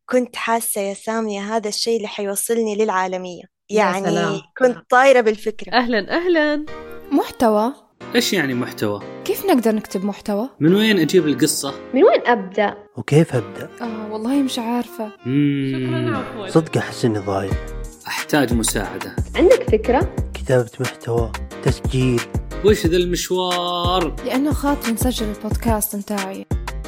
كنت حاسة يا سامية هذا الشيء اللي حيوصلني للعالمية، يا يعني سلام. كنت طايرة بالفكرة. أهلا أهلا. محتوى. إيش يعني محتوى؟ كيف نقدر نكتب محتوى؟ من وين أجيب القصة؟ من وين أبدأ؟ وكيف أبدأ؟ والله مش عارفة. شكرا عفوا. صدق أحس إني ضايع. أحتاج مساعدة. عندك فكرة؟ كتابة محتوى، تسجيل. وش ذا المشوار؟ لأنه خاطر نسجل البودكاست نتاعي.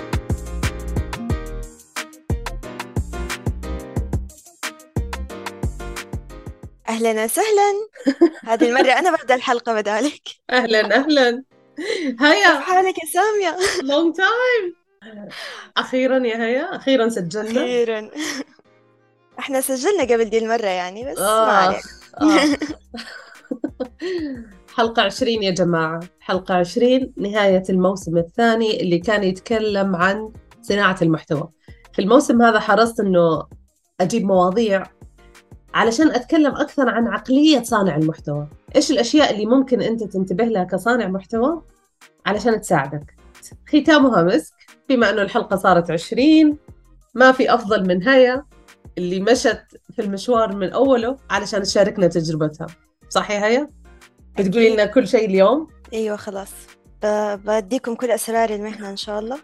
أهلا وسهلا. هذه المرة أنا ببدأ الحلقة بدالك. أهلا أهلا. كيف هيا. حالك يا سامية؟ long time. أخيرا يا هيا، أخيرا سجلنا. أخيرا. احنا سجلنا قبل دي المرة يعني، بس ما عليك. حلقة 20 يا جماعة، حلقة 20 نهاية الموسم الثاني اللي كان يتكلم عن صناعة المحتوى. في الموسم هذا حرصت أنه أجيب مواضيع علشان أتكلم أكثر عن عقلية صانع المحتوى. إيش الأشياء اللي ممكن أنت تنتبه لها كصانع محتوى علشان تساعدك. ختامها مسك، بما أنه الحلقة صارت 20 ما في أفضل من هيا اللي مشت في المشوار من أوله علشان تشاركنا تجربتها. صح يا هيا؟ بتقولي لنا كل شيء اليوم؟ أيوة خلاص، بديكم كل أسرار المهنة إن شاء الله.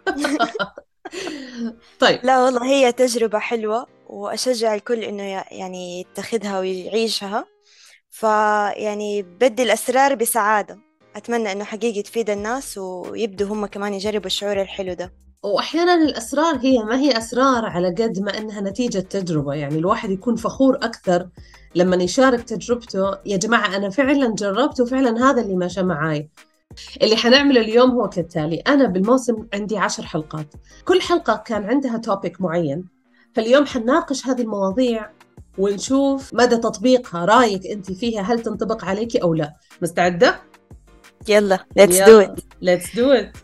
طيب. لا والله هي تجربة حلوة، وأشجع الكل إنه يعني يتخذها ويعيشها. فيعني بدي الأسرار بسعادة. أتمنى إنه حقيقي تفيد الناس ويبدوا هم كمان يجربوا الشعور الحلو ده. وأحياناً الأسرار هي ما هي أسرار على قد ما أنها نتيجة تجربة، يعني الواحد يكون فخور أكثر لما يشارك تجربته. يا جماعة أنا فعلاً جربت وفعلاً هذا اللي ماشى معاي. اللي حنعمله اليوم هو كالتالي: أنا بالموسم عندي 10 حلقات، كل حلقة كان عندها توبيك معين، فاليوم حنناقش هذه المواضيع ونشوف مدى تطبيقها. رأيك أنت فيها هل تنطبق عليك أو لا؟ مستعدة؟ يلا let's do it. Let's do it.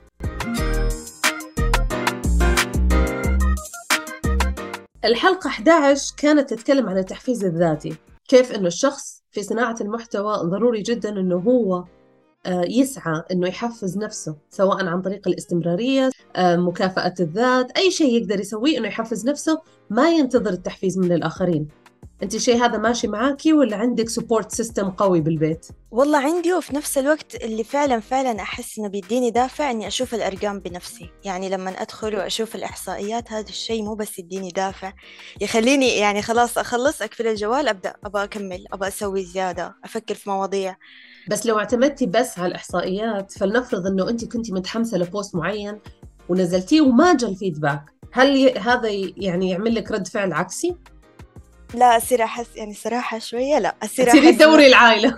الحلقة 11 كانت تتكلم عن التحفيز الذاتي، كيف إنه الشخص في صناعة المحتوى ضروري جداً إنه هو يسعى إنه يحفز نفسه، سواء عن طريق الاستمرارية، مكافأة الذات، أي شيء يقدر يسويه إنه يحفز نفسه، ما ينتظر التحفيز من الآخرين. أنت شيء هذا ماشي معاكي ولا عندك سبورت سيستم قوي بالبيت؟ والله عندي، وفي نفس الوقت اللي فعلا أحس إنه بيديني دافع إني أشوف الأرقام بنفسي. يعني لما أدخل وأشوف الإحصائيات هذا الشيء مو بس يديني دافع، يخليني يعني خلاص أخلص أقفل الجوال أبدأ أبغى أكمل، أبغى أسوي زيادة، أفكر في مواضيع. بس لو اعتمدتي بس على الإحصائيات، فلنفرض إنه أنت كنتي متحمسة لبوست معين ونزلتيه وما جاء الفيدباك، هل هذا يعني يعمل لك رد فعل عكسي؟ لا أصير أحس يعني صراحة شوية، لا أصير تصيري أحس تدوري العائلة.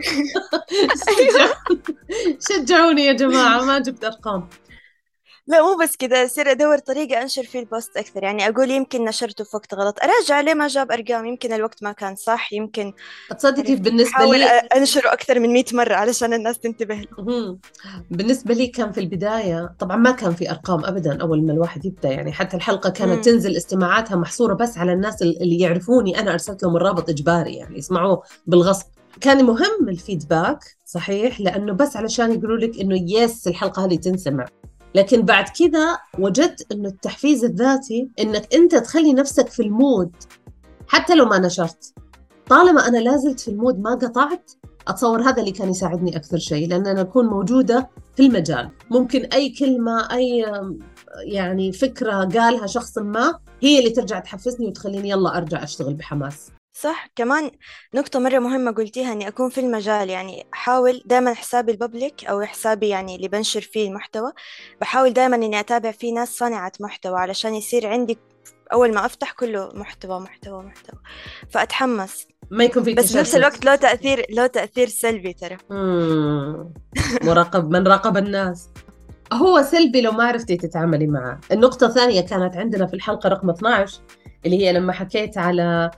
شجعوني يا جماعة، ما جبت أرقام. لا مو بس كده، أصير أدور طريقة أنشر فيه البوست أكثر. يعني أقول يمكن نشرته في وقت غلط، أراجع ليه ما جاب أرقام، يمكن الوقت ما كان صح، يمكن تصدقي بالنسبة أحاول لي أنشره أكثر من 100 مرة علشان الناس تنتبه له. بالنسبة لي كان في البداية طبعا ما كان في أرقام أبدا أول ما الواحد يبدأ، يعني حتى الحلقة كانت تنزل استماعاتها محصورة بس على الناس اللي يعرفوني. أنا أرسلت لهم الرابط إجباري، يعني يسمعوه بالغصب. كان مهم الفيدباك صحيح، لأنه بس علشان يقولوا لك إنه يس الحلقة هذه تنسمع. لكن بعد كذا وجدت إنه التحفيز الذاتي إنك أنت تخلي نفسك في المود، حتى لو ما نشرت، طالما أنا لازلت في المود ما قطعت. أتصور هذا اللي كان يساعدني أكثر شيء، لأن أنا أكون موجودة في المجال. ممكن أي كلمة، أي يعني فكرة قالها شخص ما هي اللي ترجع تحفزني وتخليني يلا أرجع أشتغل بحماس. صح. كمان نقطة مرة مهمة قلتيها، أني أكون في المجال. يعني أحاول دائما حسابي الببليك أو حسابي يعني اللي بنشر فيه المحتوى، بحاول دائما أني أتابع فيه ناس صانعة محتوى، علشان يصير عندي أول ما أفتح كله محتوى محتوى محتوى، فأتحمس. ما يكون في بس بنفس الوقت له تأثير سلبي ترى. مراقب من راقب الناس هو سلبي لو ما عرفتي تتعاملي معه. النقطة الثانية كانت عندنا في الحلقة رقم 12 اللي هي لما حكيت على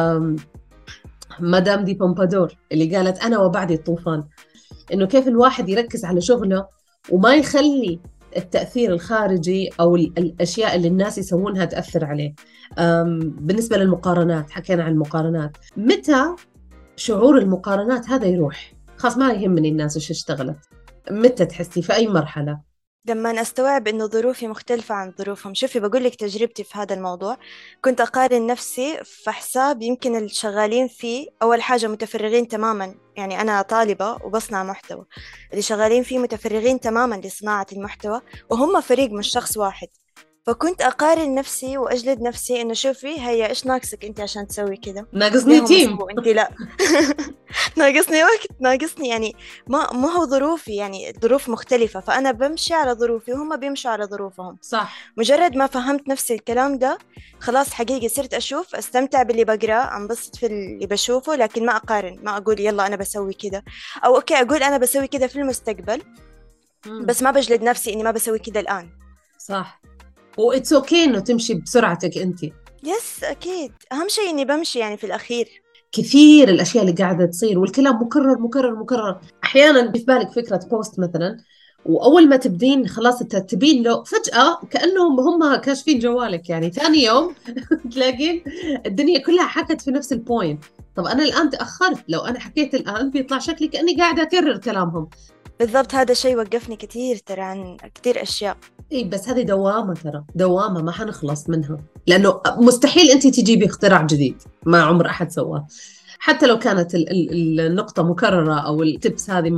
مدام دي بومبادور اللي قالت أنا وبعدي الطوفان، إنه كيف الواحد يركز على شغله وما يخلي التأثير الخارجي أو الأشياء اللي الناس يسوونها تأثر عليه. بالنسبة للمقارنات، حكينا عن المقارنات. متى شعور المقارنات هذا يروح؟ خلاص ما يهمني الناس وش اشتغلت. متى تحسي في أي مرحلة؟ لما أستوعب إنه ظروفي مختلفة عن ظروفهم. شوفي بقول لك تجربتي في هذا الموضوع، كنت أقارن نفسي في حساب يمكن الشغالين فيه أول حاجة متفرغين تماما، يعني أنا طالبة وبصنع محتوى، اللي شغالين فيه متفرغين تماما لصناعة المحتوى، وهم فريق مش شخص واحد. فكنت أقارن نفسي وأجلد نفسي إنه شوفي هي إيش ناقصك أنت عشان تسوي كده، ناقصني تيم أنت لا. ناقصني وقت، ناقصني يعني ما هو ظروفي، يعني ظروف مختلفة، فأنا بمشي على ظروفي وهم بيمشوا على ظروفهم. صح. مجرد ما فهمت نفسي الكلام ده خلاص حقيقي صرت أشوف أستمتع باللي بقرأ، أنبسط في اللي بشوفه، لكن ما أقارن، ما أقول يلا أنا بسوي كده، أو أوكي أقول أنا بسوي كده في المستقبل بس ما بجلد نفسي إني ما بسوي كده الآن. صح. وإتس أوكي إنه تمشي بسرعتك أنت. يس أكيد، أهم شيء إني بمشي يعني في الأخير. كثير الأشياء اللي قاعدة تصير والكلام مكرر مكرر مكرر. أحيانا في بالك فكرة بوست مثلا، وأول ما تبدين خلاص تبين له فجأة كأنهم هم كاشفين جوالك، يعني ثاني يوم تلاقين الدنيا كلها حكت في نفس البوينت. طب أنا الآن تأخرت، لو أنا حكيت الآن بيطلع شكلي كأني قاعدة أكرر كلامهم. بالضبط، هذا شيء وقفني كثير ترى عن كثير أشياء. إيه بس هذه دوامة، ترى دوامة ما حنخلص منها، لأنه مستحيل أنت تجيبي اختراع جديد ما عمر أحد سواه، حتى لو كانت النقطة مكررة أو التبس هذه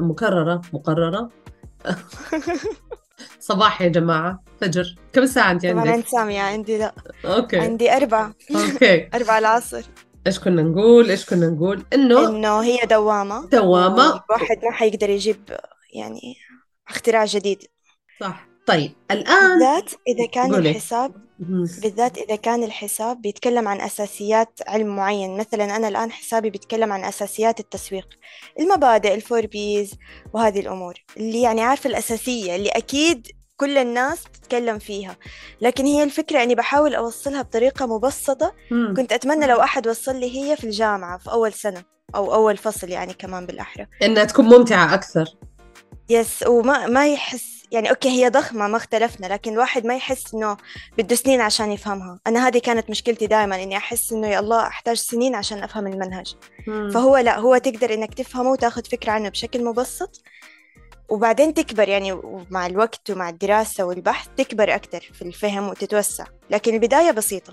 مقررة. صباح يا جماعة، فجر. كم ساعة أنت طبعا عندك؟ أنت سامية، عندي لا. أوكي. عندي 4. أوكي. 4 العصر. إيش كنا نقول إنه هي دوامة. الواحد ما حيقدر يجيب يعني اختراع جديد. صح. طيب الآن بالذات إذا كان قولي. الحساب بالذات إذا كان الحساب بيتكلم عن أساسيات علم معين. مثلا أنا الآن حسابي بيتكلم عن أساسيات التسويق، المبادئ، الفور بيز، وهذه الأمور اللي يعني عارفة الأساسية اللي أكيد كل الناس تتكلم فيها، لكن هي الفكرة أني بحاول أوصلها بطريقة مبسطة. كنت أتمنى لو أحد وصل لي هي في الجامعة في أول سنة أو أول فصل، يعني كمان بالأحرى إنها تكون ممتعة أكثر. يس، وما ما يحس يعني أوكي هي ضخمة ما اختلفنا، لكن الواحد ما يحس إنه بده سنين عشان يفهمها. أنا هذه كانت مشكلتي دائما، إني أحس إنه يا الله أحتاج سنين عشان أفهم المنهج. فهو لا، هو تقدر إنك تفهمه وتاخذ فكرة عنه بشكل مبسط، وبعدين تكبر يعني مع الوقت ومع الدراسة والبحث تكبر أكتر في الفهم وتتوسع، لكن البداية بسيطة.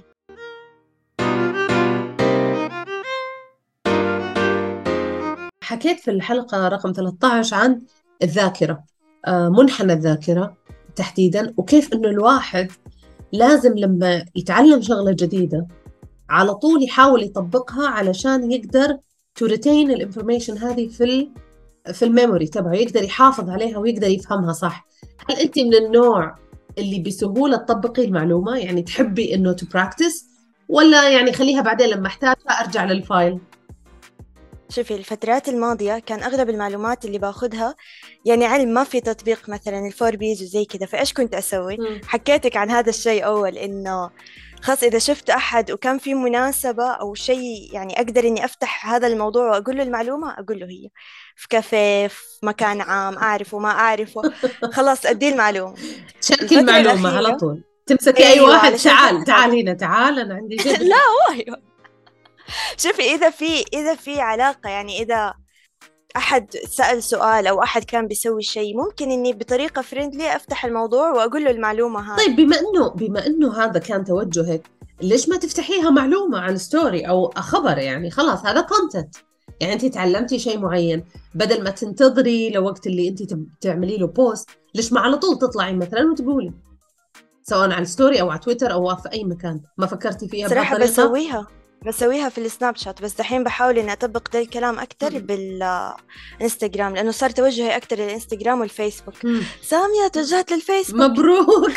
حكيت في الحلقة رقم 13 عن الذاكرة، منحنى الذاكرة تحديداً، وكيف إنه الواحد لازم لما يتعلم شغلة جديدة على طول يحاول يطبقها علشان يقدر to retain الانفورميشن هذه في الميموري تبعه، يقدر يحافظ عليها ويقدر يفهمها صح. هل أنت من النوع اللي بسهولة تطبقي المعلومة، يعني تحبي إنه to practice، ولا يعني خليها بعدين لما أحتاجها أرجع للفايل؟ شوفي الفترات الماضية كان أغلب المعلومات اللي باخدها يعني علم، ما في تطبيق مثلا الفور بيز وزي كذا. فإيش كنت أسوي؟ حكيتك عن هذا الشيء أول، إنه خاص إذا شفت أحد وكان في مناسبة أو شيء يعني أقدر إني أفتح هذا الموضوع وأقول له المعلومة، أقول له هي في كافيه في مكان عام أعرفه ما أعرفه خلاص أدي المعلومة. تشاركي المعلومة على طول، تمسكي أي واحد، تعال هنا، تعال أنا عندي شيء. لا وايد. شوفي إذا في علاقة، يعني إذا أحد سأل سؤال أو أحد كان بيسوي شيء، ممكن إني بطريقة فريندلي أفتح الموضوع وأقول له المعلومة هذه. طيب بما إنه هذا كان توجهك، ليش ما تفتحيها معلومة عن ستوري أو خبر؟ يعني خلاص هذا كونتنت، يعني أنت تعلمتي شيء معين، بدل ما تنتظري لوقت اللي أنت تعملي له بوست، ليش ما على طول تطلعي مثلا وتقولي، سواء على ستوري أو على تويتر أو في أي مكان؟ ما فكرتي فيها صراحة بسويها في السناب شات، بس دحين بحاول إني أطبق ده الكلام أكتر بالإنستغرام، لأنه صار توجهي أكتر للإنستغرام والفيسبوك. سامية توجهت للفيسبوك، مبروك.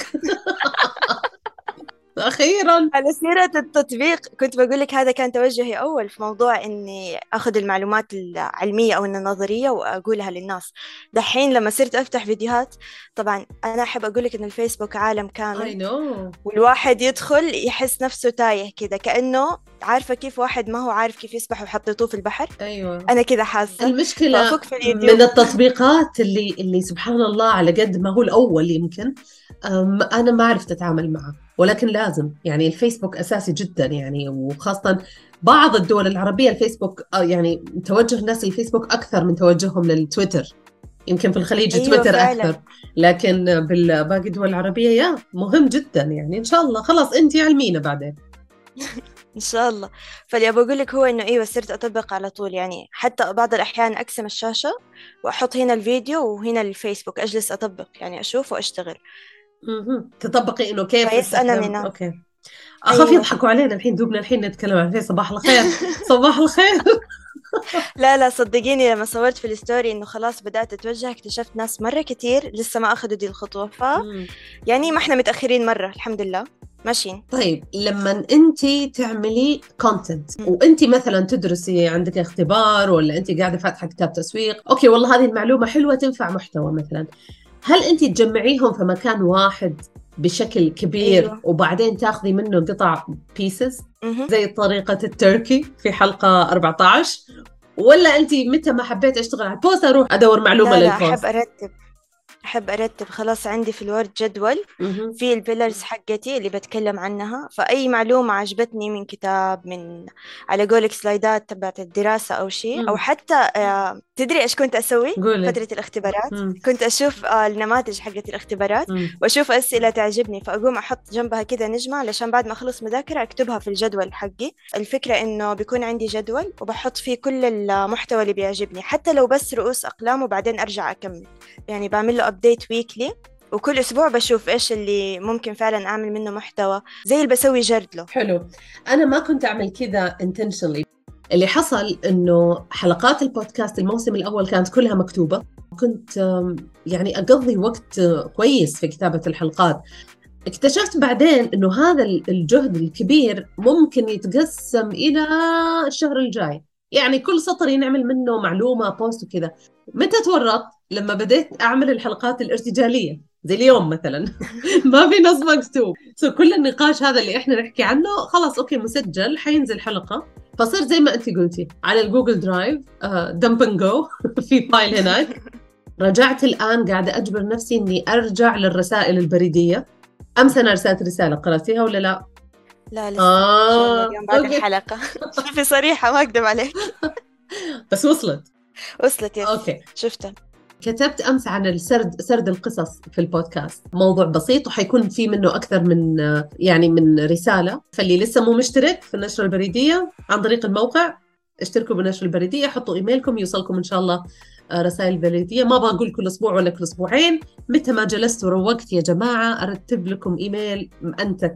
أخيراً. على سيرة التطبيق، كنت بقول لك هذا كان توجهي أول في موضوع إني أخذ المعلومات العلمية أو النظرية وأقولها للناس. دحين لما صرت أفتح فيديوهات، طبعا أنا أحب أقول لك إن الفيسبوك عالم كامل، والواحد يدخل يحس نفسه تايه كده، كأنه عارفة كيف واحد ما هو عارف كيف يسبح وحطيته في البحر. أيوة. أنا كده حاسة. المشكلة من التطبيقات اللي سبحان الله على قد ما هو الأول يمكن أنا ما عرفت أتعامل معه، ولكن لازم، يعني الفيسبوك أساسي جدا، يعني وخاصة بعض الدول العربية الفيسبوك يعني توجه الناس للفيسبوك أكثر من توجههم للتويتر. يمكن في الخليج أيوة تويتر فعلا. أكثر، لكن بالباقي الدول العربية يا مهم جدا يعني. إن شاء الله خلاص أنت علمينا بعدين. إن شاء الله. فاللي أبغى أقول لك هو إنه أيوة صرت أطبق على طول، يعني حتى بعض الأحيان أقسم الشاشة وأحط هنا الفيديو وهنا الفيسبوك، أجلس أطبق يعني أشوف وأشتغل. تطبقي إنه كيف فيسألني استخدم. نعم. أوكي. أخاف أيوة. يضحكوا علينا الحين، دوبنا الحين نتكلم عن في صباح الخير. صباح الخير. لا لا صدقيني، لما صورت في الستوري إنه خلاص بدأت أتوجه، اكتشفت ناس مرة كتير لسه ما أخذوا دي الخطوة، يعني ما إحنا متأخرين مرة الحمد لله، ماشيين. طيب لما انت تعملي كونتنت وانت مثلا تدرسي، عندك اختبار ولا انت قاعده فاتحه كتاب تسويق، اوكي والله هذه المعلومه حلوه تنفع محتوى مثلا، هل انت تجمعيهم في مكان واحد بشكل كبير؟ أيوة. وبعدين تاخذي منه قطع بيسز زي طريقه التركي في حلقه 14، ولا انت متى ما حبيت اشتغل على البوست اروح ادور معلومه لا لا للبوست؟ أحب أرتب. خلاص عندي في الوورد جدول في البيلرز حقتي اللي بتكلم عنها، فأي معلومة عجبتني من كتاب، من على قولك سلايدات تبعت الدراسة أو شيء، أو حتى تدري إيش كنت أسوي قولي. فترة الاختبارات؟ كنت أشوف النماذج حقت الاختبارات وأشوف أسئلة تعجبني، فأقوم أحط جنبها كذا نجمة علشان بعد ما أخلص مذاكرة أكتبها في الجدول حقي. الفكرة إنه بيكون عندي جدول وبحط فيه كل المحتوى اللي بيعجبني، حتى لو بس رؤوس أقلام، وبعدين أرجع أكمل. يعني بعمل له أبديت ويكلي، وكل أسبوع بشوف إيش اللي ممكن فعلا أعمل منه محتوى، زي اللي بسوي جرد له. حلو. أنا ما كنت أعمل كذا intentionally. اللي حصل إنه حلقات البودكاست الموسم الأول كانت كلها مكتوبة، كنت يعني أقضي وقت كويس في كتابة الحلقات. اكتشفت بعدين إنه هذا الجهد الكبير ممكن يتقسم إلى الشهر الجاي، يعني كل سطر ينعمل منه معلومة بوست وكذا. متى تورط؟ لما بديت أعمل الحلقات الارتجالية زي اليوم مثلا. ما في نص مكتوب، كل النقاش هذا اللي احنا نحكي عنه خلاص اوكي مسجل، حينزل حلقة. فصرت زي ما انت قلتي على الجوجل درايف، دمب اند جو في فايل هناك. رجعت الآن قاعدة أجبر نفسي إني أرجع للرسائل البريدية. أمس أنا أرسلت رسالة، قرأتيها ولا لا؟ لا لسه. إن شاء الله اليوم بعد الحلقة. في صريحة ما أكذب عليك. بس وصلت يس. أوكي. شفتها. كتبت أمس عن سرد القصص في البودكاست، موضوع بسيط وحيكون في منه أكثر من يعني من رسالة. فاللي لسه مو مشترك في النشرة البريدية عن طريق الموقع، اشتركوا بالنشرة البريدية، حطوا إيميلكم يوصلكم إن شاء الله رسائل بريدية. ما بقول كل أسبوع ولا كل أسبوعين، متى ما جلست وروقت يا جماعة أرتب لكم إيميل مأنتك.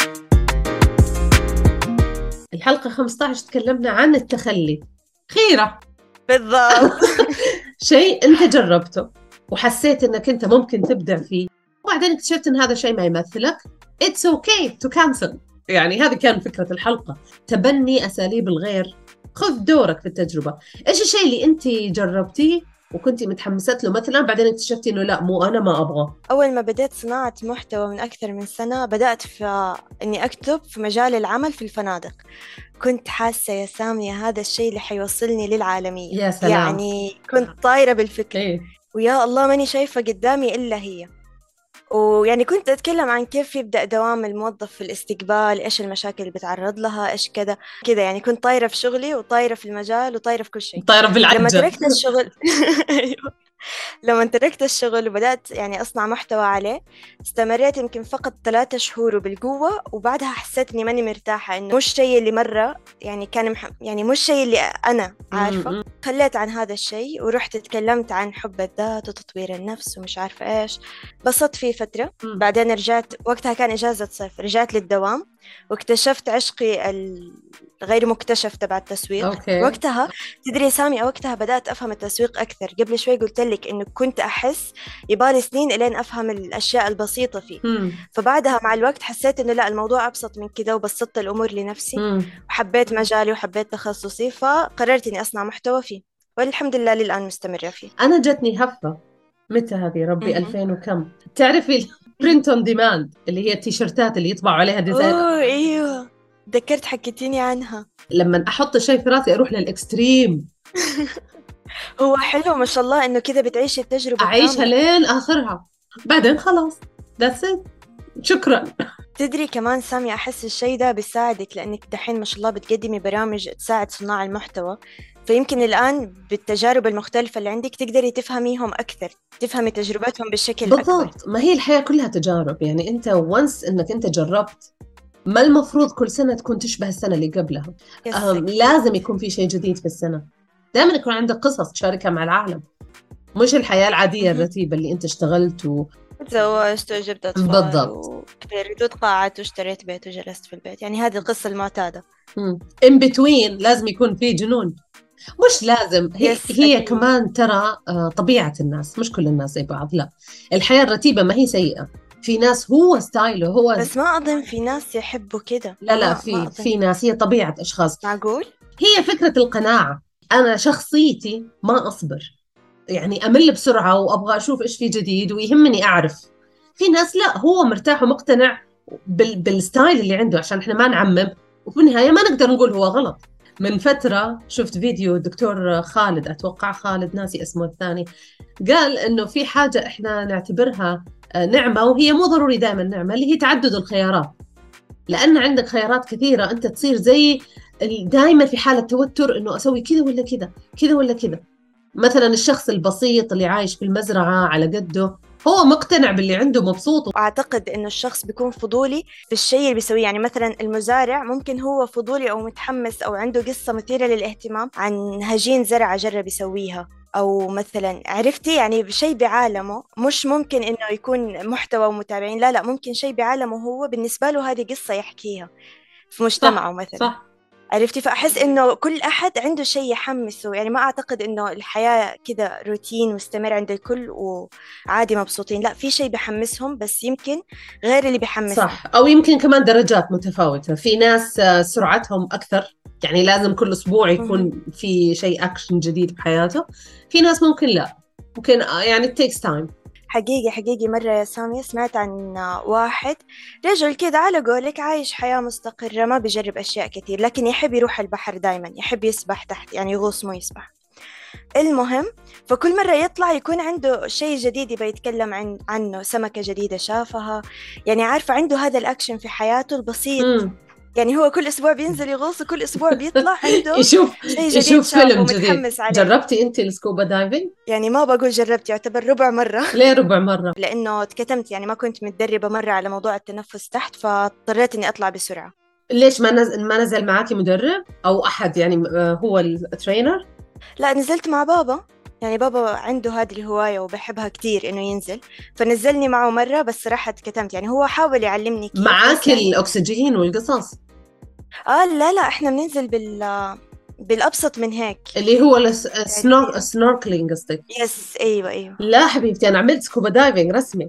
الحلقة 15 تكلمنا عن التخلي. خيرة بالضبط. شيء أنت جربته وحسيت أنك أنت ممكن تبدع فيه، وبعدين اكتشفت أن هذا الشيء ما يمثلك. It's okay to cancel. يعني هذه كان فكرة الحلقة، تبني أساليب الغير، خذ دورك في التجربة. إيش الشيء اللي أنت جربتيه وكنتي متحمسة له مثلا، بعدين اكتشفتي أنه لا مو أنا ما أبغى؟ أول ما بدأت صناعة محتوى من أكثر من سنة، بدأت في أني أكتب في مجال العمل في الفنادق. كنت حاسة يا سامية هذا الشيء اللي حيوصلني للعالمية. يا سلام. يعني كنت طايرة بالفكرة. إيه؟ ويا الله ماني شايفة قدامي إلا هي. ويعني كنت أتكلم عن كيف يبدأ دوام الموظف في الاستقبال، إيش المشاكل اللي بتعرض لها، إيش كذا كذا. يعني كنت طايرة في شغلي وطايرة في المجال وطايرة في كل شيء. طايرة بالعجة. لما تركت الشغل أيوة. لما تركت الشغل وبدأت يعني أصنع محتوى عليه، استمريت يمكن فقط 3 شهور وبالقوة، وبعدها حسيت إني ماني مرتاحة، إنه مش شيء اللي مرة يعني كان يعني مش شيء اللي أنا عارفة. خليت عن هذا الشيء ورحت تكلمت عن حب الذات وتطوير النفس ومش عارفة إيش. بسطت فيه فترة، بعدين رجعت، وقتها كان إجازة صيف، رجعت للدوام واكتشفت عشقي غير مكتشف تبع التسويق. أوكي. وقتها تدري سامي، وقتها بدأت أفهم التسويق أكثر. قبل شوي قلت لك إنه كنت أحس يبالي سنين إلين أفهم الأشياء البسيطة فيه. فبعدها مع الوقت حسيت إنه لا، الموضوع أبسط من كذا، وبسطت الأمور لنفسي وحبيت مجالي وحبيت تخصصي، فقررت إني أصنع محتوى فيه، والحمد لله للآن مستمرة فيه. أنا جتني هفة متى هذه ربي 2000 وكم، تعرفي print on demand اللي هي التيشيرتات اللي يطبعوا عليها ديزاين. أيوه ذكرت حكيتيني عنها. لما أحط شيء في راسي أروح للإكستريم. هو حلو ما شاء الله إنه كذا بتعيشي التجربة، أعيشها لين آخرها، بعدين خلاص that's it، شكرا. تدري كمان سامي، أحس الشيء ده بيساعدك لأنك دحين ما شاء الله بتقدمي برامج تساعد صناع المحتوى، فيمكن الآن بالتجارب المختلفة اللي عندك تقدري تفهميهم أكثر، تفهمي تجربتهم بشكل أكبر. بالضبط، ما هي الحياة كلها تجارب. يعني أنت وانس إنك أنت جربت، ما المفروض كل سنة تكون تشبه السنة اللي قبلها. لازم يكون في شيء جديد في السنة، دائما يكون عندك قصص تشاركها مع العالم، مش الحياة العادية الرتيبة اللي أنت اشتغلت تزوجت وجبت أطفال بالضبط، وكبرت وتقاعدت واشتريت بيت وجلست في البيت، يعني هذه القصة المعتادة. in between لازم يكون في جنون. مش لازم، هي أكيد. كمان ترى طبيعة الناس، مش كل الناس زي بعض. لا، الحياة الرتيبة ما هي سيئة، في ناس هو ستايله هو. بس ما أظن في ناس يحبوا كده. لا، ما في ناس، هي طبيعة أشخاص. معقول؟ هي فكرة القناعة. أنا شخصيتي ما أصبر، يعني أمل بسرعة وأبغى أشوف إيش في جديد ويهمني أعرف. في ناس لا، هو مرتاح ومقتنع بالستايل اللي عنده، عشان إحنا ما نعمم، وفي النهاية ما نقدر نقول هو غلط. من فترة شفت فيديو الدكتور خالد، أتوقع خالد، ناسي اسمه الثاني، قال إنه في حاجة إحنا نعتبرها نعمة، وهي مو ضروري دائما نعمة، اللي هي تعدد الخيارات. لأن عندك خيارات كثيرة، أنت تصير زي دائما في حالة توتر إنه أسوي كذا ولا كذا، كذا ولا كذا. مثلا الشخص البسيط اللي عايش في المزرعة على قده، هو مقتنع باللي عنده، مبسوط. وأعتقد إنه الشخص بيكون فضولي في الشيء اللي بيسويه، يعني مثلا المزارع ممكن هو فضولي أو متحمس أو عنده قصة مثيرة للاهتمام عن هجين زرعة جرب يسويها، أو مثلا عرفتي يعني شيء بعالمه، مش ممكن إنه يكون محتوى ومتابعين، لا ممكن شيء بعالمه هو بالنسبة له هذه قصة يحكيها في مجتمعه مثلا. صح. عرفتي؟ فأحس إنه كل أحد عنده شيء يحمسه، يعني ما أعتقد إنه الحياة كذا روتين مستمر عند الكل وعادي مبسوطين، لا، في شيء بيحمسهم بس يمكن غير اللي بيحمسهم. صح، أو يمكن كمان درجات متفاوتة. في ناس سرعتهم أكثر، يعني لازم كل أسبوع يكون في شيء أكشن جديد بحياته. في ناس ممكن لا، ممكن يعني it takes time. حقيقي مرة يا سامية سمعت عن واحد رجل كذا على قولك عايش حياة مستقرة، ما بيجرب أشياء كثير، لكن يحب يروح البحر دايما، يحب يسبح تحت، يعني يغوص مو يسبح. المهم، فكل مرة يطلع يكون عنده شيء جديد يبغى يتكلم عنه، سمكة جديدة شافها، يعني عارفة عنده هذا الأكشن في حياته البسيط. يعني هو كل أسبوع بينزل يغوص، وكل أسبوع بيطلع عنده يشوف شيء فيلم جديد. متحمس عليه. جربتي أنت السكوبا دايفنج؟ يعني ما بقول جربت، يعتبر ربع مرة. ليه ربع مرة؟ لأنه اتكتمت، يعني ما كنت متدربة مرة على موضوع التنفس تحت، فاضطريت إني أطلع بسرعة. ليش ما نزل معاكي مدرب أو أحد يعني هو الترينر؟ لا، نزلت مع بابا، يعني بابا عنده هذه الهواية وبحبها كتير إنه ينزل، فنزلني معه مرة، بس صراحة اتكتمت، يعني هو حاول يعلمني كيف. معاك الأكسجين والقصص؟ لا إحنا بننزل بالأبسط من هيك، اللي هو السنوركلينج قصدك؟ يس، أيوة. لا حبيبتي، أنا عملت سكوبا دايفنج رسمي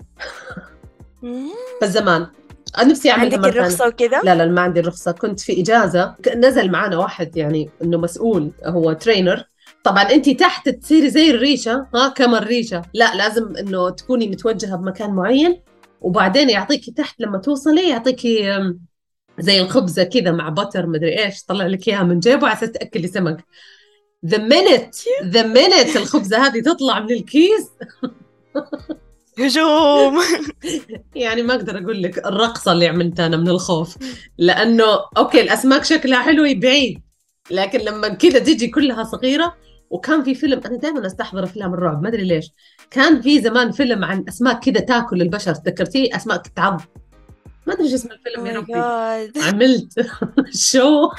بس زمان. أنا نفسي أعملها عندك مرة الرخصة وكذا؟ لا ما عندي الرخصة. كنت في إجازة، نزل معانا واحد يعني إنه مسؤول، هو ترينر. طبعا أنت تحت تصيري زي الريشة، كما الريشة، لا لازم إنه تكوني متوجهة بمكان معين، وبعدين يعطيكي تحت لما توصلي يعطيكي زي الخبزة كذا مع بطر مدري إيش، طلع لك إياها من جيبه على أساس تأكلي سمك. the minute الخبزة هذه تطلع من الكيس هجوم. يعني ما أقدر أقول لك الرقصة اللي عملتها أنا من الخوف، لأنه أوكي الأسماك شكلها حلو بعيد، لكن لما كذا تيجي كلها صغيرة. وكان في فيلم، أنا دائما أستحضر أفلام الرعب ما أدري ليش، كان في زمان فيلم عن أسماك كذا تاكل البشر، تذكرتيه؟ أسماك تعض، ما أدري اسم الفيلم يا ربي. عملت شو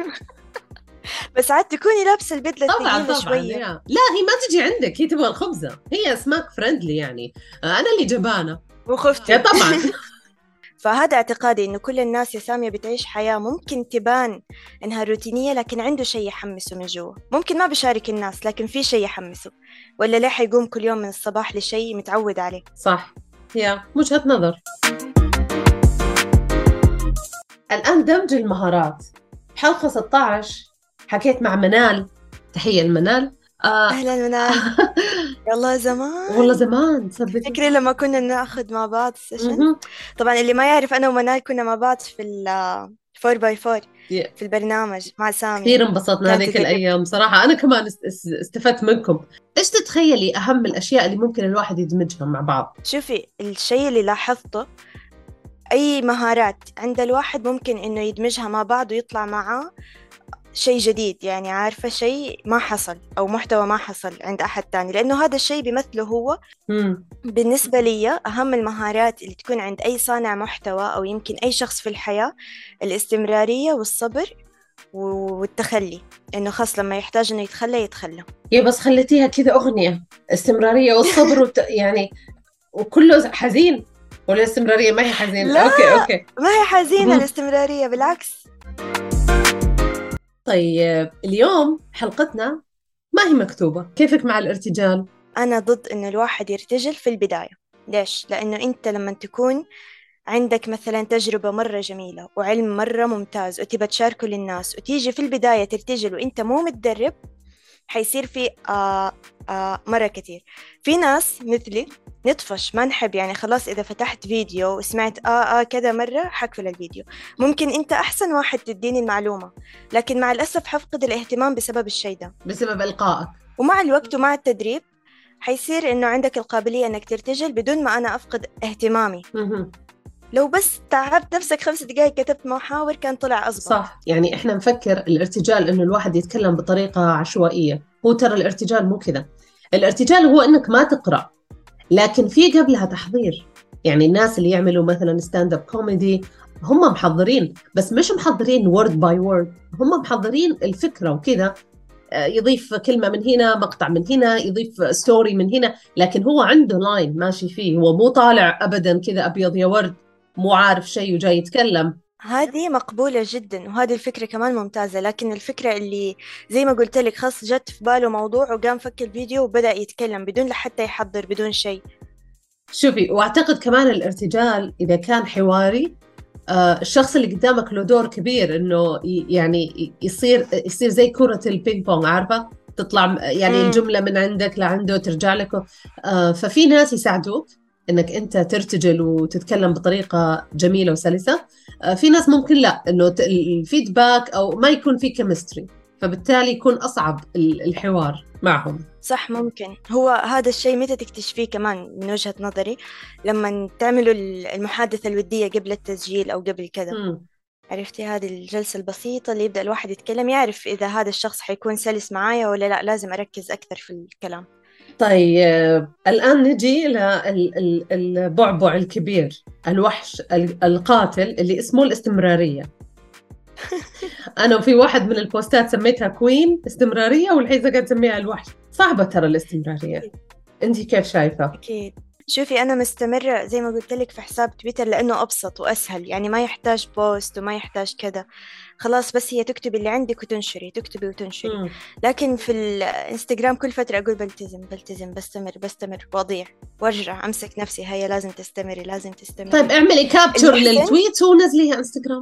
بس عاد تكوني لابسة البدلة طبعاً ثقيلة شوية. لا هي ما تجي عندك، هي تبغى الخبزة، هي أسماك فريندلي يعني. أنا اللي جبانة وخفتي. يا طبعاً. فهذا اعتقادي إنه كل الناس يا سامية بتعيش حياة ممكن تبان إنها روتينية، لكن عنده شيء يحمسه من جوا، ممكن ما بيشارك الناس لكن في شيء يحمسه، ولا ليه حيقوم كل يوم من الصباح لشيء متعود عليه. صح، هي وجهة نظر. الآن دمج المهارات، حلقة 16 حكيت مع منال، تحية المنال. أهلا منال. والله زمان، والله زمان صدقني. فكري لما كنا ناخذ مع بعض سيشن. طبعا اللي ما يعرف، أنا ومنال كنا مع بعض في 4x4 في البرنامج مع سامي. كثير انبسطنا هذيك الأيام صراحة. أنا كمان استفدت منكم. إيش تتخيلي أهم الأشياء اللي ممكن الواحد يدمجها مع بعض؟ شوفي، الشيء اللي لاحظته أي مهارات عند الواحد ممكن إنه يدمجها مع بعض ويطلع معاه شيء جديد، يعني عارفة شيء ما حصل أو محتوى ما حصل عند أحد تاني، لأنه هذا الشيء بيمثله هو. بالنسبة لي أهم المهارات اللي تكون عند أي صانع محتوى أو يمكن أي شخص في الحياة الاستمرارية والصبر والتخلي، إنه خاص لما يحتاج إنه يتخلى. يا بس خليتيها كذا أغنية، استمرارية والصبر يعني وكله حزين، ولا استمرارية ما هي حزين؟ لا أوكي ما هي حزينة الاستمرارية، بالعكس. طيب اليوم حلقتنا ما هي مكتوبة، كيفك مع الارتجال؟ أنا ضد إنه الواحد يرتجل في البداية. ليش؟ لأنه أنت لما تكون عندك مثلا تجربة مرة جميلة وعلم مرة ممتاز وتبى تشاركه للناس، وتيجي في البداية ترتجل وإنت مو متدرب، حيصير في مرة كتير. في ناس مثلي نطفش، ما نحب، يعني خلاص إذا فتحت فيديو وسمعت كذا مرة حقفل الفيديو. ممكن أنت أحسن واحد تديني المعلومة، لكن مع الأسف حفقد الاهتمام بسبب الشيء ده، بسبب إلقائك. ومع الوقت ومع التدريب حيصير إنه عندك القابلية إنك ترتجل بدون ما أنا أفقد اهتمامي. لو بس تعبت نفسك 5 دقائق كتبت محاور كان طلع أصبح صح. يعني إحنا نفكر الارتجال إنه الواحد يتكلم بطريقة عشوائية، هو ترى الارتجال مو كذا. الارتجال هو إنك ما تقرأ، لكن في قبلها تحضير. يعني الناس اللي يعملوا مثلا ستاند اب كوميدي هم محضرين، بس مش محضرين وورد باي وورد، هم محضرين الفكرة وكذا، يضيف كلمة من هنا، مقطع من هنا، يضيف ستوري من هنا، لكن هو عنده لاين ماشي فيه، هو مو طالع أبدا كذا أبيض يا ورد مو عارف شيء وجاي يتكلم. هذه مقبولة جدا، وهذه الفكرة كمان ممتازة، لكن الفكرة اللي زي ما قلت لك خاص جت في باله موضوع وقام فك الفيديو وبدأ يتكلم بدون حتى يحضر، بدون شيء. شوفي، واعتقد كمان الارتجال إذا كان حواري، الشخص اللي قدامك له دور كبير إنه يعني يصير زي كرة البينج بونج، عارفة؟ تطلع يعني الجملة من عندك لعنده ترجع لك. ففي ناس يساعدوك إنك أنت ترتجل وتتكلم بطريقة جميلة وسلسة. في ناس ممكن لا، إنه الفيدباك أو ما يكون في كيمستري، فبالتالي يكون أصعب الحوار معهم. صح، ممكن. هو هذا الشيء متى تكتشفيه كمان من وجهة نظري؟ لما تعملوا المحادثة الودية قبل التسجيل أو قبل كذا. عرفتي هذه الجلسة البسيطة اللي يبدأ الواحد يتكلم، يعرف إذا هذا الشخص حيكون سلس معايا ولا لا، لازم أركز أكثر في الكلام. طيب الآن نجي للبعبع الكبير، الوحش القاتل اللي اسمه الاستمرارية. أنا في واحد من البوستات سميتها كوين استمرارية، والحين قاعد أسميها الوحش. صعبة ترى الاستمرارية. أنت كيف شايفة؟ أكيد. شوفي، أنا مستمرة زي ما قلت لك في حساب تويتر لأنه أبسط وأسهل، يعني ما يحتاج بوست وما يحتاج كذا، خلاص بس هي تكتبي اللي عندك وتنشري، تكتبي وتنشري. لكن في الانستغرام كل فترة أقول بلتزم بستمر وأضيع وأرجع أمسك نفسي، هيا لازم تستمري لازم تستمري. طيب اعملي كابتشر للتويت ونزليها انستغرام.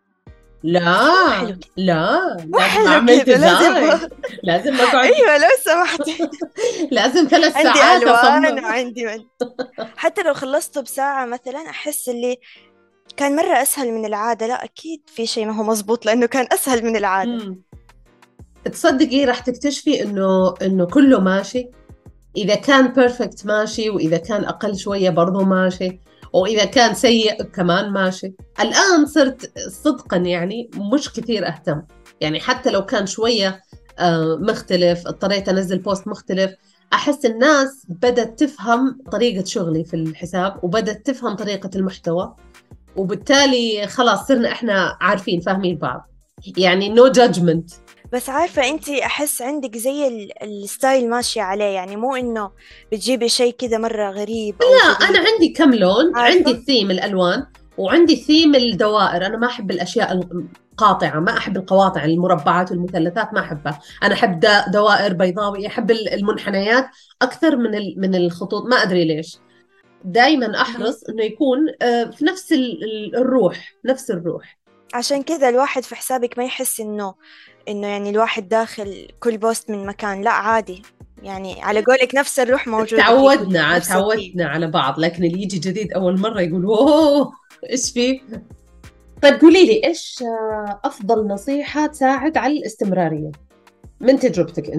لا لازم أعمل ديزاين، لازم أقعد. أيوة لو سمحتي. لازم 3 عندي ساعات ألوان وعندي حتى لو خلصته بساعة مثلا أحس اللي كان مرة أسهل من العادة، لا أكيد في شيء ما هو مزبوط لأنه كان أسهل من العادة. تصدقي راح تكتشفي إنه كله ماشي. إذا كان بيرفكت ماشي، وإذا كان أقل شوية برضو ماشي، وإذا كان سيء كمان ماشي. الآن صرت صدقاً يعني مش كثير أهتم، يعني حتى لو كان شوية مختلف، اضطريت أنزل بوست مختلف، أحس الناس بدأت تفهم طريقة شغلي في الحساب وبدأت تفهم طريقة المحتوى، وبالتالي خلاص صرنا إحنا عارفين فاهمين بعض، يعني no judgment. بس عارفة أنتي أحس عندك زي الستايل ماشي عليه، يعني مو إنه بتجيبي شيء كذا مرة غريب أو لا جديد. أنا عندي كم لون، عارفة؟ عندي الثيم الألوان، وعندي ثيم الدوائر. أنا ما أحب الأشياء القاطعة، ما أحب القواطع، المربعات والمثلثات ما أحبها. أنا أحب دوائر بيضاوية، أحب المنحنيات أكثر من الخطوط، ما أدري ليش. دايما أحرص إنه يكون في نفس الروح، نفس الروح. عشان كذا الواحد في حسابك ما يحس إنه يعني الواحد داخل كل بوست من مكان، لا عادي، يعني على قولك نفس الروح موجودة. تعودنا على بعض، لكن اللي يجي جديد أول مرة يقول أوه إيش فيه. طيب قولي لي إيش أفضل نصيحة تساعد على الاستمرارية من تجربتك أنت؟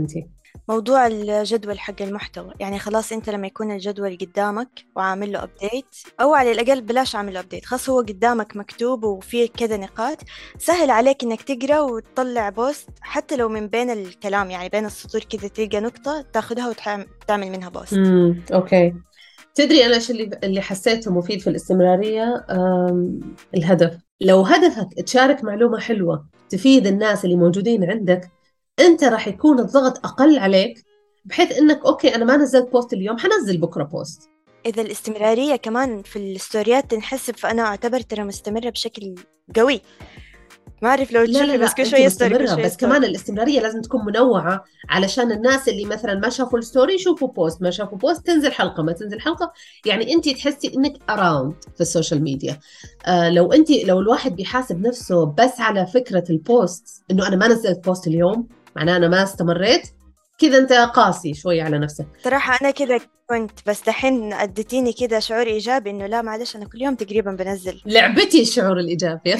موضوع الجدول حق المحتوى، يعني خلاص انت لما يكون الجدول قدامك وعامل له ابديت، او على الاقل بلاش عامل له ابديت، خلاص هو قدامك مكتوب وفيه كذا نقاط، سهل عليك انك تقرا وتطلع بوست حتى لو من بين الكلام، يعني بين السطور كذا تلقى نقطة تاخدها وتعمل منها بوست. اوكي. تدري انا ايش اللي حسيته مفيد في الاستمرارية؟ الهدف. لو هدفك تشارك معلومة حلوة تفيد الناس اللي موجودين عندك، انت راح يكون الضغط اقل عليك، بحيث انك اوكي انا ما نزلت بوست اليوم، حنزل بكره بوست. اذا الاستمراريه كمان في الستوريات تنحسب، فانا اعتبر ترى مستمره بشكل قوي. ما اعرف لو تشوفي بس كل شويه ستوري كل شويه بس ستوري. كمان الاستمراريه لازم تكون منوعه، علشان الناس اللي مثلا ما شافوا الستوري يشوفوا بوست، ما شافوا بوست تنزل حلقه، ما تنزل حلقه، يعني انت تحسي انك اراوند في السوشيال ميديا. لو الواحد بيحاسب نفسه بس على فكره البوست، انه انا ما نزلت بوست اليوم معناه انا ما استمريت، كذا انت قاسي شويه على نفسك. صراحه انا كذا كنت، بس دحين اديتيني كذا شعور ايجابي انه لا معلش انا كل يوم تقريبا بنزل. لعبتي الشعور الايجابي.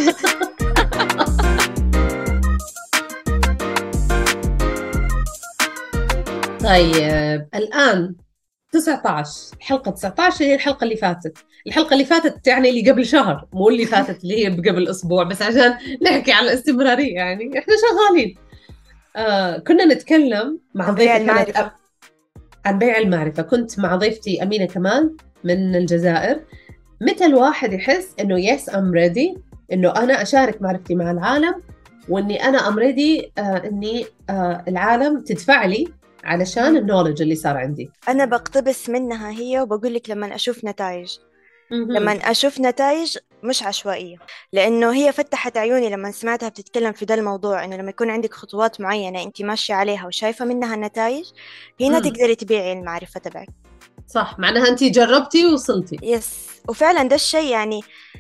طيب الآن 19 حلقة 19 هي الحلقة اللي فاتت. الحلقة اللي فاتت يعني اللي قبل شهر، مو اللي فاتت اللي هي قبل أسبوع، بس عشان نحكي على الاستمرارية يعني إحنا شغالين. كنا نتكلم مع ضيفتي عن بيع المعرفة. كنت مع ضيفتي أمينة كمال من الجزائر. متى الواحد يحس إنه يس أم ريدي إنه أنا أشارك معرفتي مع العالم، وإني أنا أم ريدي إني العالم تدفع لي علشان النولج اللي صار عندي. أنا بقتبس منها هي وبقول لك لما أشوف نتائج. لما أشوف نتائج مش عشوائية، لأنه هي فتحت عيوني لما سمعتها بتتكلم في ده الموضوع، إنه لما يكون عندك خطوات معينة أنت ماشية عليها وشايفة منها النتائج، هنا تقدري تبيعي المعرفة تبعك. صح، معناها أنت جربتي ووصلتي. يس، وفعلا ده الشيء يعني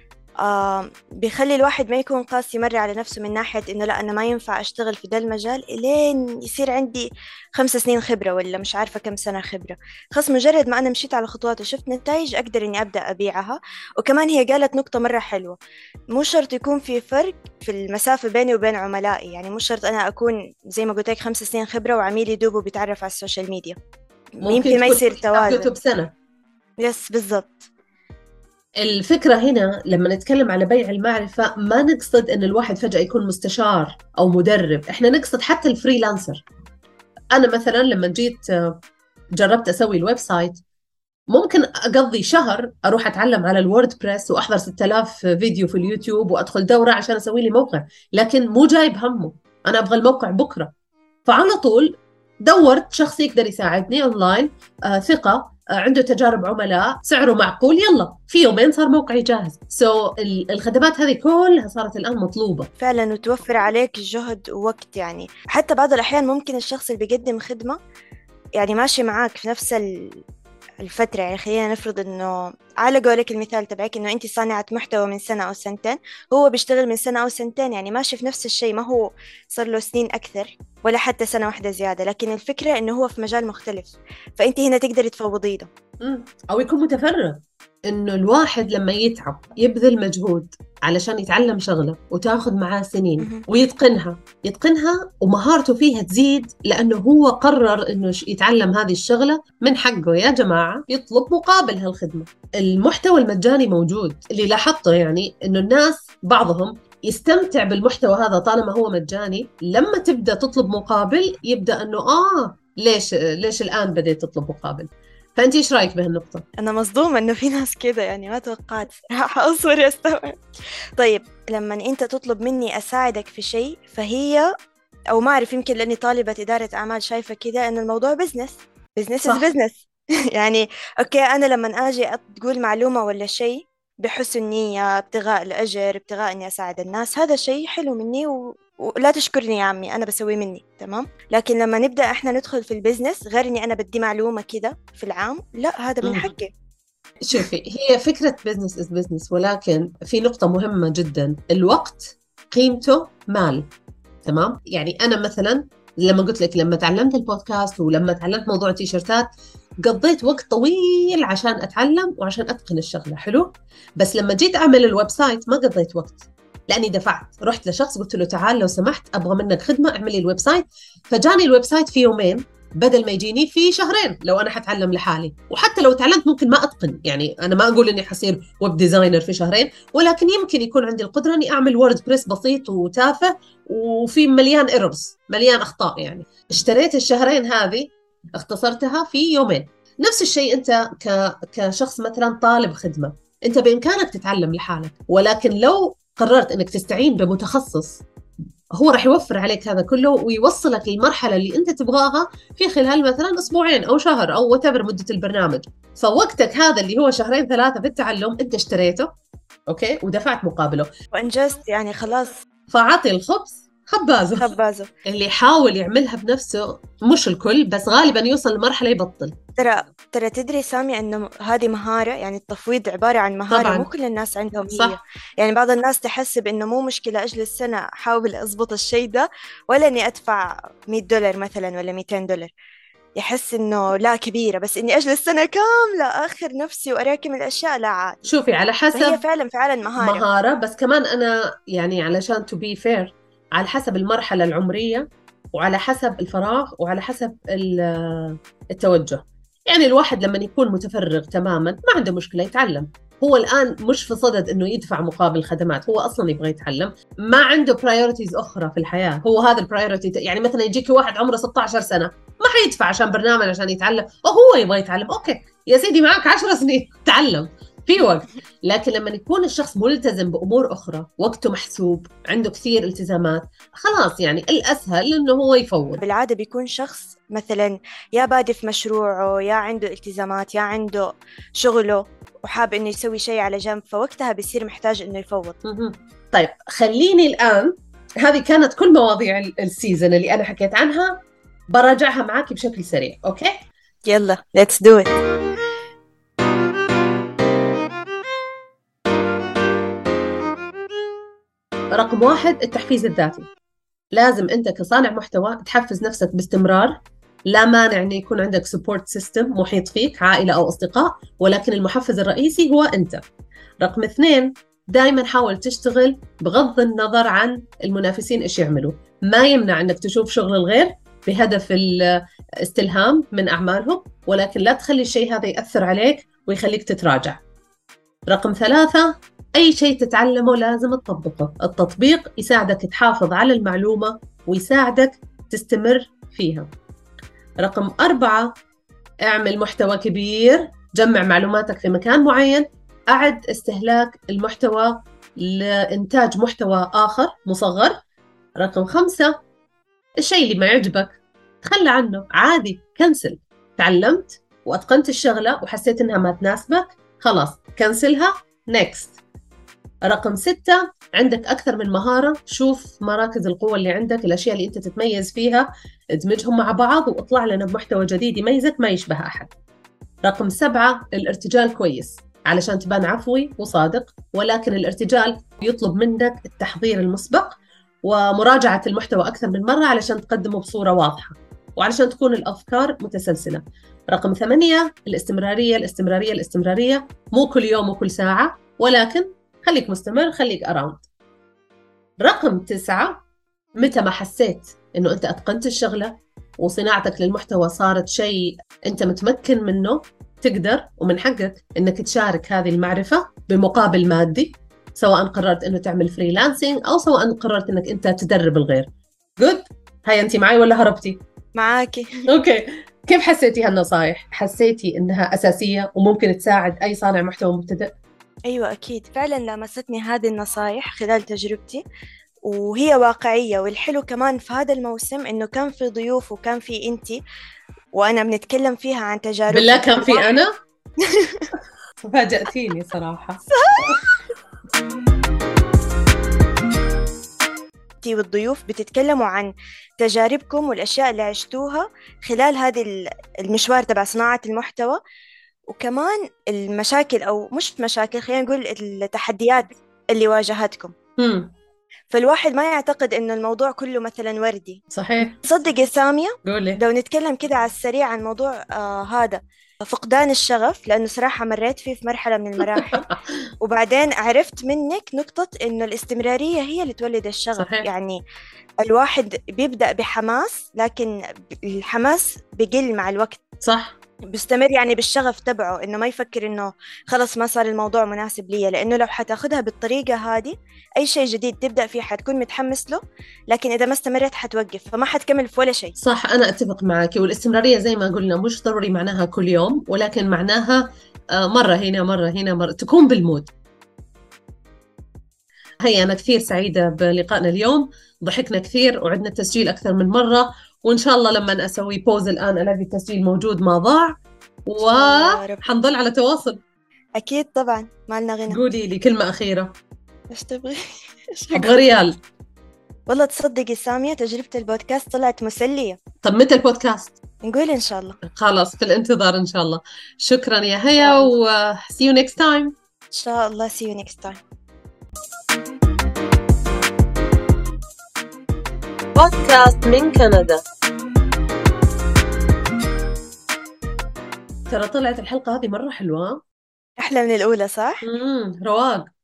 بيخلي الواحد ما يكون قاسي مرة على نفسه، من ناحية إنه لا أنا ما ينفع أشتغل في ده المجال لين يصير عندي 5 سنين خبرة ولا مش عارفة كم سنة خبرة. خلاص مجرد ما أنا مشيت على خطوات وشفت نتائج أقدر إني أبدأ أبيعها. وكمان هي قالت نقطة مرة حلوة، مو شرط يكون في فرق في المسافة بيني وبين عملائي، يعني مو شرط أنا أكون زي ما قلت لك 5 سنين خبرة وعميلي دوبه بيتعرف على السوشيال ميديا، يمكن ما يصير توازن. بسنة. يس بالضبط. الفكرة هنا لما نتكلم على بيع المعرفة ما نقصد أن الواحد فجأة يكون مستشار أو مدرب، إحنا نقصد حتى الفريلانسر. أنا مثلا لما جيت جربت أسوي الويب سايت، ممكن أقضي شهر أروح أتعلم على الووردبريس وأحضر 6000 فيديو في اليوتيوب وأدخل دورة عشان أسوي لي موقع، لكن مو جايب همه، أنا أبغى الموقع بكرة. فعلى طول دورت شخص يقدر يساعدني أونلاين، ثقة، عنده تجارب عملاء، سعره معقول، يلا في يومين صار موقعي جاهز. الخدمات هذه كلها صارت الآن مطلوبة فعلا، وتوفر عليك جهد ووقت. يعني حتى بعض الأحيان ممكن الشخص اللي بيقدم خدمة يعني ماشي معاك في نفس الفترة، يعني خلينا نفرض إنه على قولك المثال تبعك إنه أنت صانعة محتوى من سنة أو سنتين، هو بيشتغل من سنة أو سنتين، يعني ماشي في نفس الشيء، ما هو صار له سنين أكثر ولا حتى سنة واحدة زيادة، لكن الفكرة إنه هو في مجال مختلف، فأنت هنا تقدري تفوضي له. أو يكون متفرغ. إنه الواحد لما يتعب يبذل مجهود علشان يتعلم شغلة وتاخذ معاه سنين ويتقنها ومهارته فيها تزيد، لأنه هو قرر إنه يتعلم هذه الشغلة، من حقه يا جماعة يطلب مقابل هالخدمة. المحتوى المجاني موجود، اللي لاحظته يعني إنه الناس بعضهم يستمتع بالمحتوى هذا طالما هو مجاني، لما تبدأ تطلب مقابل يبدأ إنه ليش الآن بديت تطلب مقابل؟ فأنت إيش رأيك بهالنقطة؟ أنا مصدومة إنه في ناس كده، يعني ما توقعت صراحة، أصبر أستوعب. طيب لما أنت تطلب مني أساعدك في شيء، فهي أو ما أعرف، يمكن لأني طالبة إدارة أعمال شايفة كده إن الموضوع بزنس بزنس. يعني أوكي، أنا لما أجي تقول معلومة ولا شيء بحسن نية، ابتغاء الأجر، ابتغاء إني أساعد الناس، هذا شيء حلو مني ولا تشكرني يا عمي، أنا بسوي مني تمام. لكن لما نبدأ إحنا ندخل في البزنس، غير إني أنا بدي معلومة كده في العام، لا هذا من حقي. شوفي، هي فكرة بزنس is business، ولكن في نقطة مهمة جدا، الوقت قيمته مال، تمام؟ يعني أنا مثلا لما قلت لك لما تعلمت البودكاست ولما تعلمت موضوع التيشيرتات، قضيت وقت طويل عشان أتعلم وعشان أتقن الشغلة، حلو؟ بس لما جيت أعمل الويب سايت ما قضيت وقت، لأني دفعت، رحت لشخص قلت له تعال لو سمحت أبغى منك خدمة اعملي الويب سايت، فجاني الويب سايت في يومين بدل ما يجيني في شهرين لو أنا حتعلم لحالي. وحتى لو تعلمت ممكن ما أتقن، يعني أنا ما أقول إني حصير ويب ديزاينر في شهرين، ولكن يمكن يكون عندي القدرة إني أعمل ووردبريس بسيط وتافه وفي مليان إيرورز، مليان أخطاء. يعني اشتريت الشهرين هذه اختصرتها في يومين. نفس الشيء أنت كشخص مثلا طالب خدمة، أنت بإمكانك تتعلم لحالك، ولكن لو قررت أنك تستعين بمتخصص هو راح يوفر عليك هذا كله ويوصلك للمرحلة اللي أنت تبغاها في خلال مثلا أسبوعين أو شهر أو whatever مدة البرنامج. فوقتك هذا اللي هو شهرين ثلاثة في التعلم أنت اشتريته أوكي ودفعت مقابله وانجزت يعني خلاص. فعطي الخبز خبازه. اللي يحاول يعملها بنفسه، مش الكل بس غالبا يوصل لمرحلة يبطل. ترى تدري سامي إنه هذه مهارة، يعني التفويض عبارة عن مهارة طبعاً. مو كل الناس عندهم هي. صح. يعني بعض الناس تحسب إنه مو مشكلة أجلس سنة أحاول أضبط الشيء ده، ولا إني أدفع $100 مثلاً ولا $200، يحس إنه لا كبيرة، بس إني أجلس سنة كاملة آخر نفسي وأراكم الأشياء لا عادي. شوفي على فهي حسب فعلاً مهارة. بس كمان أنا يعني علشان to be fair على حسب المرحلة العمرية وعلى حسب الفراغ وعلى حسب التوجه. يعني الواحد لما يكون متفرغ تماماً ما عنده مشكلة يتعلم. هو الآن مش في صدد إنه يدفع مقابل خدمات، هو أصلاً يبغى يتعلم، ما عنده priorities أخرى في الحياة. هو هذا البرايورتي. يعني مثلاً يجيك واحد عمره 16 سنة ما حيدفع عشان برنامج عشان يتعلم، وهو يبغى يتعلم. أوكي يا سيدي معك 10 سنين تعلم في وقت. لكن لما يكون الشخص ملتزم بأمور أخرى، وقته محسوب، عنده كثير التزامات، خلاص يعني الأسهل إنه هو يفوض. بالعادة بيكون شخص مثلا يا بادي في مشروعه، يا عنده التزامات، يا عنده شغله وحاب إنه يسوي شيء على جنب، فوقتها بيصير محتاج إنه يفوض. طيب خليني الآن، هذه كانت كل مواضيع السيزن اللي أنا حكيت عنها، براجعها معاكي بشكل سريع. أوكي يلا let's do it. رقم 1 التحفيز الذاتي. لازم أنت كصانع محتوى تحفز نفسك باستمرار. لا مانع أن يكون عندك سبورت سيستم محيط فيك، عائلة أو أصدقاء، ولكن المحفز الرئيسي هو أنت. رقم 2 دائما حاول تشتغل بغض النظر عن المنافسين إيش يعملوا. ما يمنع أنك تشوف شغل الغير بهدف الاستلهام من أعمالهم، ولكن لا تخلي الشيء هذا يأثر عليك ويخليك تتراجع. رقم 3 أي شيء تتعلمه لازم تطبقه. التطبيق يساعدك تحافظ على المعلومة ويساعدك تستمر فيها. رقم 4 اعمل محتوى كبير، جمع معلوماتك في مكان معين، أعد استهلاك المحتوى لإنتاج محتوى آخر مصغر. رقم 5 الشيء اللي ما يعجبك تخلى عنه عادي، كنسل. تعلمت وأتقنت الشغلة وحسيت إنها ما تناسبك، خلاص كنسلها، next. رقم 6 عندك أكثر من مهارة، شوف مراكز القوة اللي عندك، الأشياء اللي أنت تتميز فيها، ادمجهم مع بعض واطلع لنا بمحتوى جديد يميزك ما يشبه أحد. رقم 7 الارتجال كويس علشان تبان عفوي وصادق، ولكن الارتجال يطلب منك التحضير المسبق ومراجعة المحتوى أكثر من مرة علشان تقدمه بصورة واضحة وعلشان تكون الأفكار متسلسلة. رقم 8 الاستمرارية، مو كل يوم وكل ساعة، ولكن خليك مستمر، خليك أراوند. رقم 9 متى ما حسيت إنه أنت أتقنت الشغلة وصناعتك للمحتوى صارت شيء أنت متمكن منه، تقدر ومن حقك إنك تشارك هذه المعرفة بمقابل مادي، سواء قررت إنه تعمل فريلانسينج أو سواء قررت إنك أنت تدرب الغير. جود، هاي أنت معي ولا هربتي؟ معاكي. أوكي، كيف حسيتي هالنصائح؟ حسيتي إنها أساسية وممكن تساعد أي صانع محتوى مبتدئ؟ أيوة أكيد، فعلا لمستني هذه النصائح خلال تجربتي وهي واقعية. والحلو كمان في هذا الموسم إنه كان في ضيوف وكان في أنتي وأنا بنتكلم فيها عن تجارب. بالله كان في أنا؟ فاجأتيني صراحة. والضيوف بتتكلموا عن تجاربكم والأشياء اللي عشتوها خلال هذه المشوار تبع صناعة المحتوى، وكمان المشاكل أو مش مشاكل، خلينا نقول التحديات اللي واجهتكم. فالواحد ما يعتقد إنه الموضوع كله مثلا وردي. صحيح. صدق يا سامية، قولي. لو نتكلم كده على السريع عن موضوع هذا فقدان الشغف، لأنه صراحة مريت فيه في مرحلة من المراحل. وبعدين عرفت منك نقطة إنه الاستمرارية هي اللي تولد الشغف. صحيح. يعني الواحد بيبدأ بحماس، لكن الحماس بيقل مع الوقت. صح. بيستمر يعني بالشغف تبعه، إنه ما يفكر إنه خلص ما صار الموضوع مناسب لي، لأنه لو حتاخدها بالطريقة هذه أي شيء جديد تبدأ فيه حتكون متحمس له، لكن إذا ما استمرت حتوقف، فما حتكمل في ولا شيء. صح، أنا أتفق معك. والاستمرارية زي ما قلنا مش ضروري معناها كل يوم، ولكن معناها مرة هنا مرة هنا مرة، تكون بالمود. هيا أنا كثير سعيدة بلقائنا اليوم، ضحكنا كثير وعدنا التسجيل أكثر من مرة، وإن شاء الله لما أسوي بوز الآن ألاقي التسجيل موجود ما ضاع، وحنضل على تواصل. أكيد طبعا، ما لنا غنى. قولي لي كلمة أخيرة. إيش تبغي؟ أبغى ريال. والله تصدقي سامية، تجربة البودكاست طلعت مسلية. طب متى البودكاست؟ نقول إن شاء الله. خلاص في الانتظار إن شاء الله. شكرا يا هيا، و see you next time. إن شاء الله see you next time. بودكاست من كندا. ترى طلعت الحلقة هذه مرة حلوة، أحلى من الأولى صح؟ رواق.